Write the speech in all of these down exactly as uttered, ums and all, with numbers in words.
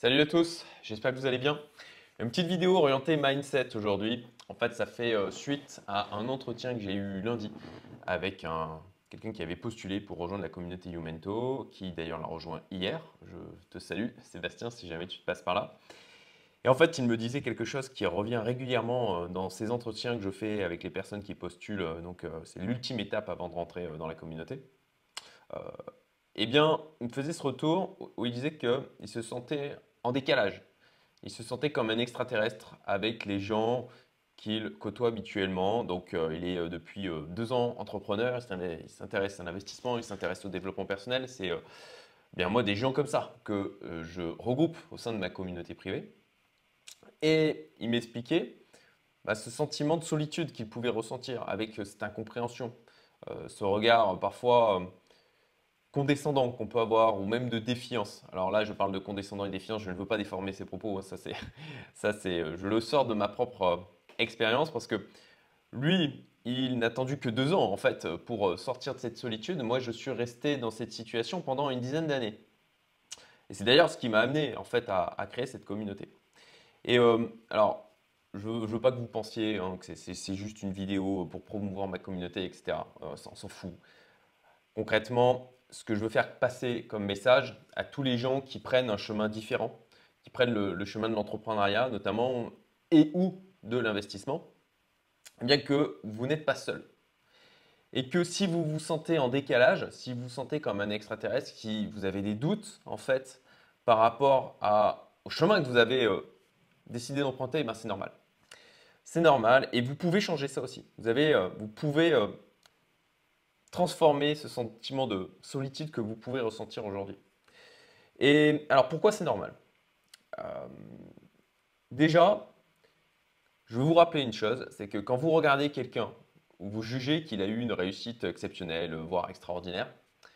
Salut à tous, j'espère que vous allez bien. Une petite vidéo orientée mindset aujourd'hui. En fait, ça fait euh, suite à un entretien que j'ai eu lundi avec un, quelqu'un qui avait postulé pour rejoindre la communauté Youmento, qui d'ailleurs l'a rejoint hier. Je te salue, Sébastien, si jamais tu te passes par là. Et en fait, il me disait quelque chose qui revient régulièrement euh, dans ces entretiens que je fais avec les personnes qui postulent. euh, Donc, euh, c'est l'ultime étape avant de rentrer euh, dans la communauté. Euh, eh bien, il me faisait ce retour où où il disait qu'il se sentait en décalage. Il se sentait comme un extraterrestre avec les gens qu'il côtoie habituellement. Donc, euh, il est euh, depuis euh, deux ans entrepreneur, il s'in- il s'intéresse à l'investissement, il s'intéresse au développement personnel. C'est euh, bien moi des gens comme ça que euh, je regroupe au sein de ma communauté privée. Et il m'expliquait bah, ce sentiment de solitude qu'il pouvait ressentir avec euh, cette incompréhension, euh, ce regard euh, parfois euh, condescendant qu'on peut avoir ou même de défiance. Alors là, je parle de condescendant et défiance, je ne veux pas déformer ces propos, hein, ça c'est, ça c'est, euh, je le sors de ma propre euh, expérience parce que lui, il n'a attendu que deux ans en fait pour euh, sortir de cette solitude. Moi, je suis resté dans cette situation pendant une dizaine d'années. Et c'est d'ailleurs ce qui m'a amené en fait à, à créer cette communauté. Et euh, alors, je ne veux pas que vous pensiez hein, que c'est c'est- c'est juste une vidéo pour promouvoir ma communauté, et cetera. Euh, ça, on s'en fout. Concrètement, ce que je veux faire passer comme message à tous les gens qui prennent un chemin différent, qui prennent le, le chemin de l'entrepreneuriat notamment et ou de l'investissement, eh bien que vous n'êtes pas seul. Et que si vous vous sentez en décalage, si vous vous sentez comme un extraterrestre, si vous avez des doutes en fait par rapport à, au chemin que vous avez euh, décidé d'emprunter, eh ben c'est normal. C'est normal et vous pouvez changer ça aussi. Vous, avez, euh, vous pouvez euh, transformer ce sentiment de solitude que vous pouvez ressentir aujourd'hui. Et alors pourquoi c'est normal? Euh, Déjà, je veux vous rappeler une chose, c'est que quand vous regardez quelqu'un ou vous jugez qu'il a eu une réussite exceptionnelle, voire extraordinaire,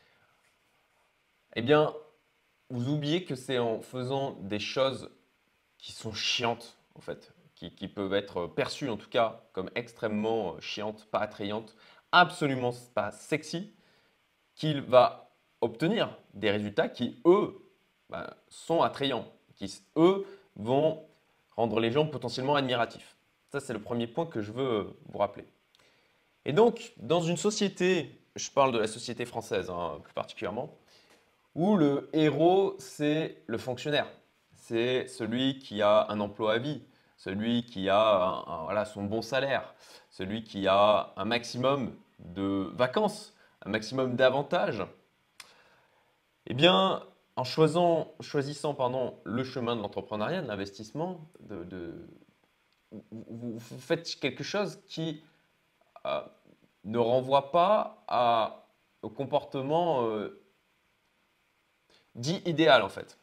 eh bien, vous oubliez que c'est en faisant des choses qui sont chiantes, en fait, qui, qui peuvent être perçues en tout cas comme extrêmement chiantes, pas attrayantes, absolument pas sexy, qu'il va obtenir des résultats qui, eux, ben, sont attrayants, qui, eux, vont rendre les gens potentiellement admiratifs. Ça, c'est le premier point que je veux vous rappeler. Et donc, dans une société, je parle de la société française hein, plus particulièrement, où le héros, c'est le fonctionnaire. C'est celui qui a un emploi à vie, celui qui a un- un- voilà, son bon salaire, celui qui a un maximum de vacances, un maximum d'avantages. Eh bien, en choisissant, choisissant pardon, le chemin de l'entrepreneuriat, de l'investissement, de, de- vous, vous faites quelque chose qui euh, ne renvoie pas à, au comportement euh, dit idéal en fait.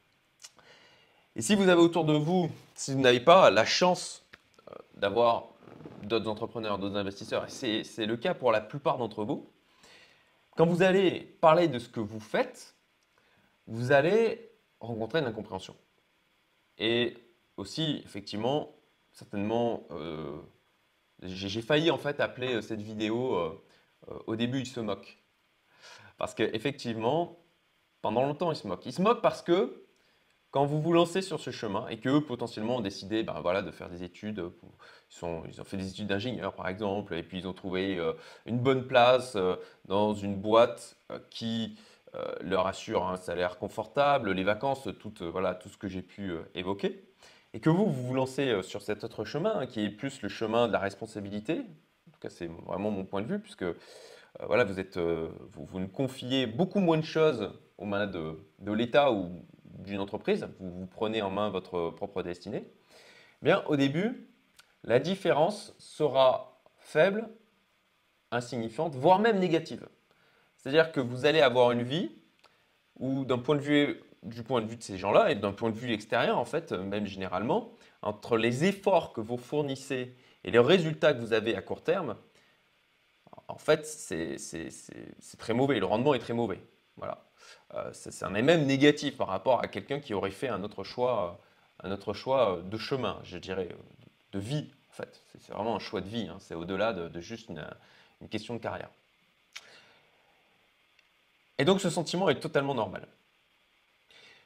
Et si vous avez autour de vous, si vous n'avez pas la chance euh, d'avoir d'autres entrepreneurs, d'autres investisseurs, et c'est le cas pour la plupart d'entre vous, quand vous allez parler de ce que vous faites, vous allez rencontrer une incompréhension. Et aussi, effectivement, certainement, euh, j'ai j'ai failli en fait appeler euh, cette vidéo euh, euh, au début, il se moque. Parce qu'effectivement, pendant longtemps, il se moque. Il se moque parce que quand vous vous lancez sur ce chemin et qu'eux, potentiellement, ont décidé ben, voilà, de faire des études, euh, pour- ils, sont- ils ont fait des études d'ingénieur, par exemple, et puis ils ont trouvé euh, une bonne place euh, dans une boîte euh, qui euh, leur assure un salaire confortable, les vacances, tout, euh, voilà, tout ce que j'ai pu euh, évoquer. Et que vous, vous vous lancez euh, sur cet autre chemin, hein, qui est plus le chemin de la responsabilité. En tout cas, c'est vraiment mon point de vue, puisque euh, voilà, vous, êtes, euh, vous, vous ne confiez beaucoup moins de choses aux mains de, de l'État ou d'une entreprise, vous, vous prenez en main votre propre destinée. Eh bien, au début, la différence sera faible, insignifiante, voire même négative. C'est-à-dire que vous allez avoir une vie où, d'un point de vue, du point de vue de ces gens-là et d'un point de vue extérieur, en fait, même généralement, entre les efforts que vous fournissez et les résultats que vous avez à court terme, en fait, c'est très mauvais. Le rendement est très mauvais. Voilà. Euh, c'est même négatif par rapport à quelqu'un qui aurait fait un autre choix, un autre choix de chemin, je dirais, de vie. En fait, c'est vraiment un choix de vie. Hein. C'est au-delà de, de, juste une, une question de carrière. Et donc, ce sentiment est totalement normal.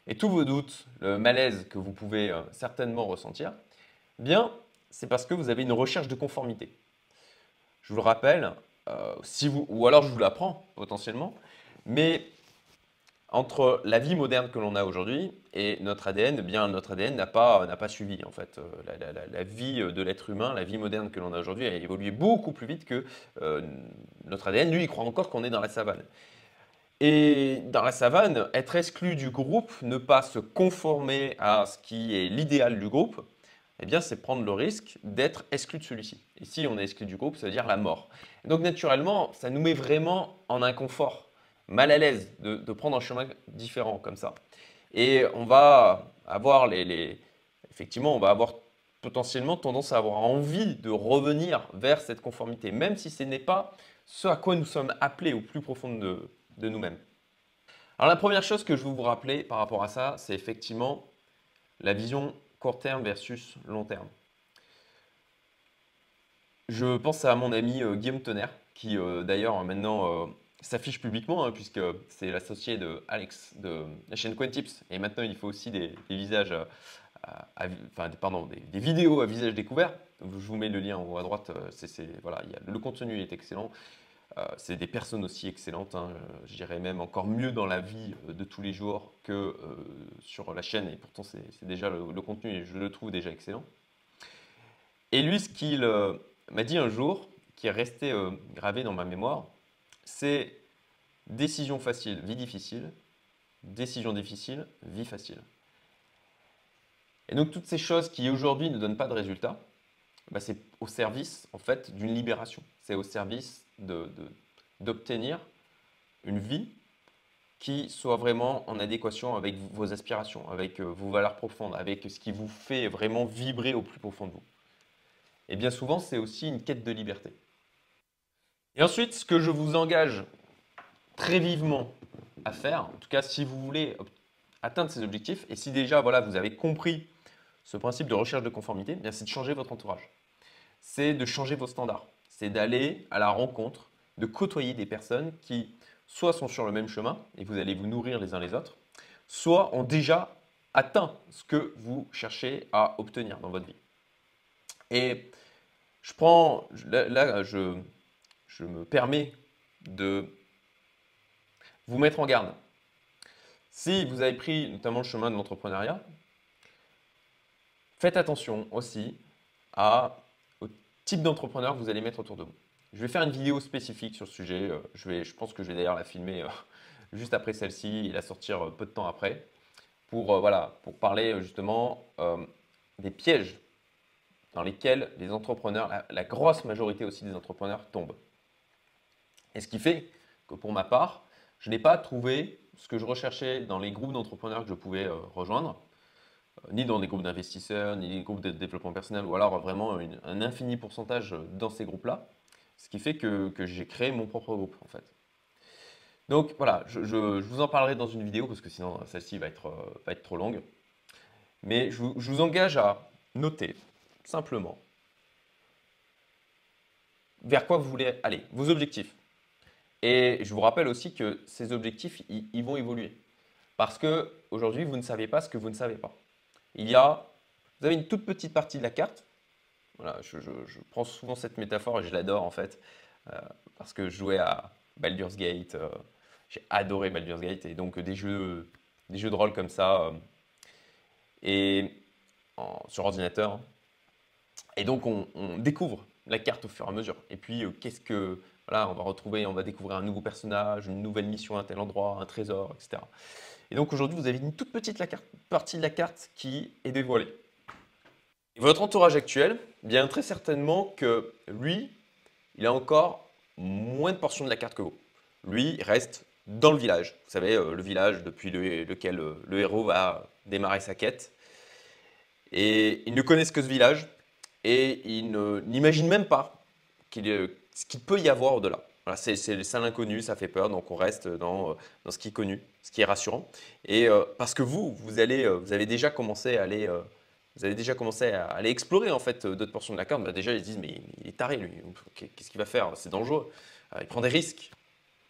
et tous vos doutes, le malaise que vous pouvez euh, certainement ressentir, eh bien, c'est parce que vous avez une recherche de conformité. Je vous le rappelle, euh, si vous, ou alors je vous l'apprends potentiellement, mais entre la vie moderne que l'on a aujourd'hui et notre A D N, eh bien notre A D N n'a pas, n'a pas suivi en fait. Euh, La, la- la- la vie de l'être humain, la vie moderne que l'on a aujourd'hui a évolué beaucoup plus vite que euh, notre A D N. Lui, il croit encore qu'on est dans la savane. Et dans la savane, être exclu du groupe, ne pas se conformer à ce qui est l'idéal du groupe, eh bien, c'est prendre le risque d'être exclu de celui-ci. Et si on est exclu du groupe, ça veut dire la mort. Et donc, naturellement, ça nous met vraiment en inconfort, mal à l'aise de, de prendre un chemin différent comme ça. Et on va avoir les, les- effectivement, on va avoir potentiellement tendance à avoir envie de revenir vers cette conformité, même si ce n'est pas ce à quoi nous sommes appelés au plus profond de, de nous-mêmes. Alors la première chose que je veux vous rappeler par rapport à ça, c'est effectivement la vision court terme versus long terme. Je pense à mon ami euh, Guillaume Tonnerre, qui euh, d'ailleurs maintenant euh, s'affiche publiquement, hein, puisque c'est l'associé de Alex de la chaîne Quentips, et maintenant il fait aussi des, des visages, euh, à- à- enfin des- pardon, des, des vidéos à visage découvert. Je vous mets le lien en haut à droite. euh, c'est, c'est- voilà, il y a- le contenu est excellent. Euh, c'est des personnes aussi excellentes, hein, euh, je dirais même encore mieux dans la vie euh, de tous les jours que euh, sur la chaîne, et pourtant c'est c'est déjà le, le contenu, et je le trouve déjà excellent. Et lui, ce qu'il euh, m'a dit un jour, qui est resté euh, gravé dans ma mémoire, c'est décision facile, vie difficile, décision difficile, vie facile. Et donc toutes ces choses qui aujourd'hui ne donnent pas de résultats, bah, c'est au service en fait d'une libération. C'est au service de, de- d'obtenir une vie qui soit vraiment en adéquation avec vos aspirations, avec euh, vos valeurs profondes, avec ce qui vous fait vraiment vibrer au plus profond de vous. Et bien souvent, c'est aussi une quête de liberté. Et ensuite, ce que je vous engage très vivement à faire, en tout cas si vous voulez atteindre ces objectifs, et si déjà voilà, vous avez compris ce principe de recherche de conformité, eh bien c'est de changer votre entourage. C'est de changer vos standards. C'est d'aller à la rencontre, de côtoyer des personnes qui soit sont sur le même chemin et vous allez vous nourrir les uns les autres, soit ont déjà atteint ce que vous cherchez à obtenir dans votre vie. Et je prends, là, là, je, je me permets de vous mettre en garde. Si vous avez pris notamment le chemin de l'entrepreneuriat, faites attention aussi à, au type d'entrepreneur que vous allez mettre autour de vous. Je vais faire une vidéo spécifique sur ce sujet. euh, Je, vais, je pense que je vais d'ailleurs la filmer euh, juste après celle-ci et la sortir euh, peu de temps après pour, euh, voilà, pour parler euh, justement euh, des pièges dans lesquels les entrepreneurs, la, la grosse majorité aussi des entrepreneurs tombent. Et ce qui fait que pour ma part, je n'ai pas trouvé ce que je recherchais dans les groupes d'entrepreneurs que je pouvais euh, rejoindre, euh, ni dans des groupes d'investisseurs, ni des groupes de développement personnel, ou alors vraiment une- un infini pourcentage dans ces groupes-là, ce qui fait que, que j'ai créé mon propre groupe en fait. Donc voilà, je, je- je vous en parlerai dans une vidéo parce que sinon celle-ci va être, euh, va être trop longue. Mais je vous, je vous engage à noter simplement vers quoi vous voulez aller, vos objectifs. Et je vous rappelle aussi que ces objectifs, ils, ils vont évoluer. Parce que aujourd'hui, vous ne savez pas ce que vous ne savez pas. Il y a, vous avez une toute petite partie de la carte. Voilà, je, je- je prends souvent cette métaphore et je l'adore en fait, euh, parce que je jouais à Baldur's Gate. euh, j'ai adoré Baldur's Gate et donc des jeux, des jeux de rôle comme ça euh, et en- sur ordinateur, hein. Et donc on, on découvre la carte au fur et à mesure. Et puis euh, qu'est-ce que voilà, on va retrouver, on va découvrir un nouveau personnage, une nouvelle mission à tel endroit, un trésor, et cetera. Et donc aujourd'hui, vous avez une toute petite la carte- partie de la carte qui est dévoilée. Et votre entourage actuel, bien très certainement que lui, il a encore moins de portions de la carte que vous. Lui il reste dans le village. Vous savez, euh, le village depuis le- lequel euh, le héros va démarrer sa quête. Et ils ne connaissent que ce village et ils ne- n'imaginent même pas qu'il y- ce qu'il peut y avoir au-delà. Voilà, c'est c'est- c'est l'inconnu, ça fait peur, donc on reste dans, euh, dans ce qui est connu, ce qui est rassurant. Et euh, parce que vous, vous allez, euh, vous avez déjà commencé à aller, euh, vous avez déjà commencé à aller explorer en fait euh, d'autres portions de la carte. Bah, déjà, ils se disent mais il est taré lui, qu'est-ce qu'il va faire? C'est dangereux. Euh, il prend des risques.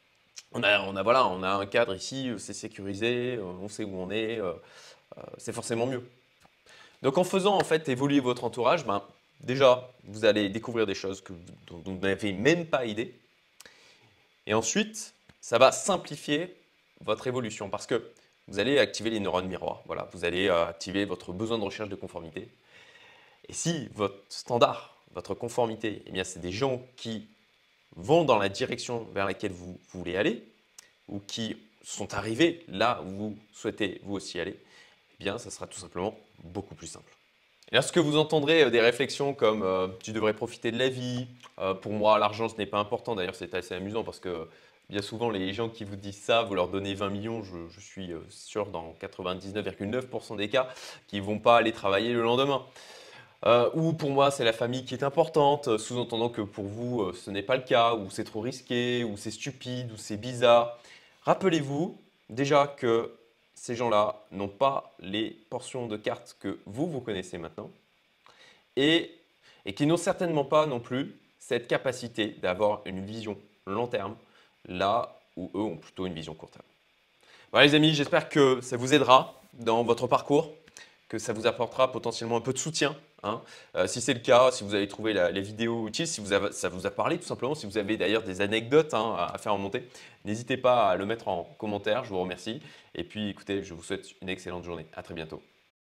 On a, on a, voilà, on a un cadre ici, euh, c'est sécurisé, euh, on sait où on est, euh, euh, c'est forcément mieux. Donc en faisant en fait évoluer votre entourage, ben, déjà, vous allez découvrir des choses que, dont, dont vous n'avez même pas idée. Et ensuite, ça va simplifier votre évolution parce que vous allez activer les neurones miroirs. Voilà, vous allez euh, activer votre besoin de recherche de conformité. Et si votre standard, votre conformité, eh bien, c'est des gens qui vont dans la direction vers laquelle vous voulez aller ou qui sont arrivés là où vous souhaitez vous aussi aller, eh bien, ça sera tout simplement beaucoup plus simple. Et lorsque vous entendrez euh, des réflexions comme euh, tu devrais profiter de la vie, euh, pour moi l'argent ce n'est pas important, d'ailleurs c'est assez amusant parce que bien souvent les gens qui vous disent ça, vous leur donnez vingt millions, je, je suis euh, sûr dans quatre-vingt-dix-neuf virgule neuf pour cent des cas qu'ils ne vont pas aller travailler le lendemain. Euh, ou pour moi c'est la famille qui est importante, euh, sous-entendant que pour vous euh, ce n'est pas le cas, ou c'est trop risqué, ou c'est stupide, ou c'est bizarre. Rappelez-vous déjà que ces gens-là n'ont pas les portions de cartes que vous, vous connaissez maintenant et, et qui n'ont certainement pas non plus cette capacité d'avoir une vision long terme, là où eux ont plutôt une vision court terme. Voilà les amis, j'espère que ça vous aidera dans votre parcours, que ça vous apportera potentiellement un peu de soutien. Hein. Euh, si c'est le cas, si vous avez trouvé la- les vidéos utiles, si vous avez- ça vous a parlé tout simplement, si vous avez d'ailleurs des anecdotes hein, à, à faire remonter, n'hésitez pas à le mettre en commentaire, je vous remercie. Et puis écoutez, je vous souhaite une excellente journée. À très bientôt.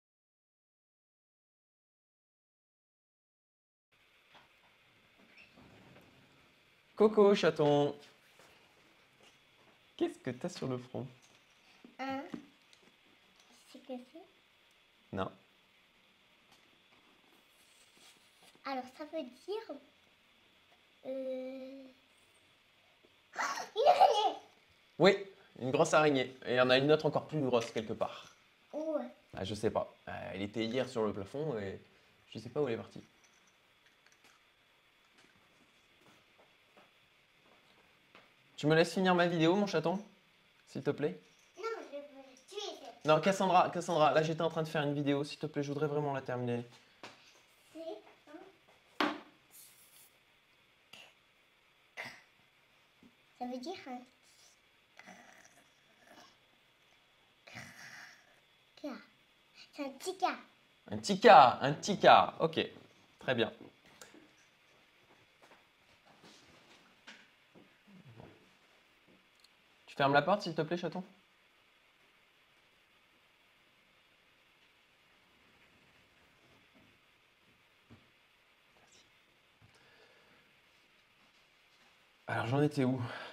Coco, chaton, qu'est-ce que tu as sur le front? Un, c'est que c'est. Non. Alors ça veut dire. Euh... Une araignée. Oui, une grosse araignée. Et il y en a une autre encore plus grosse quelque part. Où? Ah, je sais pas. Euh, elle était hier sur le plafond et je sais pas où elle est partie. Tu me laisses finir ma vidéo, mon chaton? S'il te plaît? Non, je veux tuer cette. Non, Cassandra, Cassandra, là j'étais en train de faire une vidéo, s'il te plaît, je voudrais vraiment la terminer. C'est. Ça veut dire un. Cas. C'est un petit cas. Un tika, un tika, ok, très bien. Tu fermes la porte, s'il te plaît, chaton? Alors j'en étais où?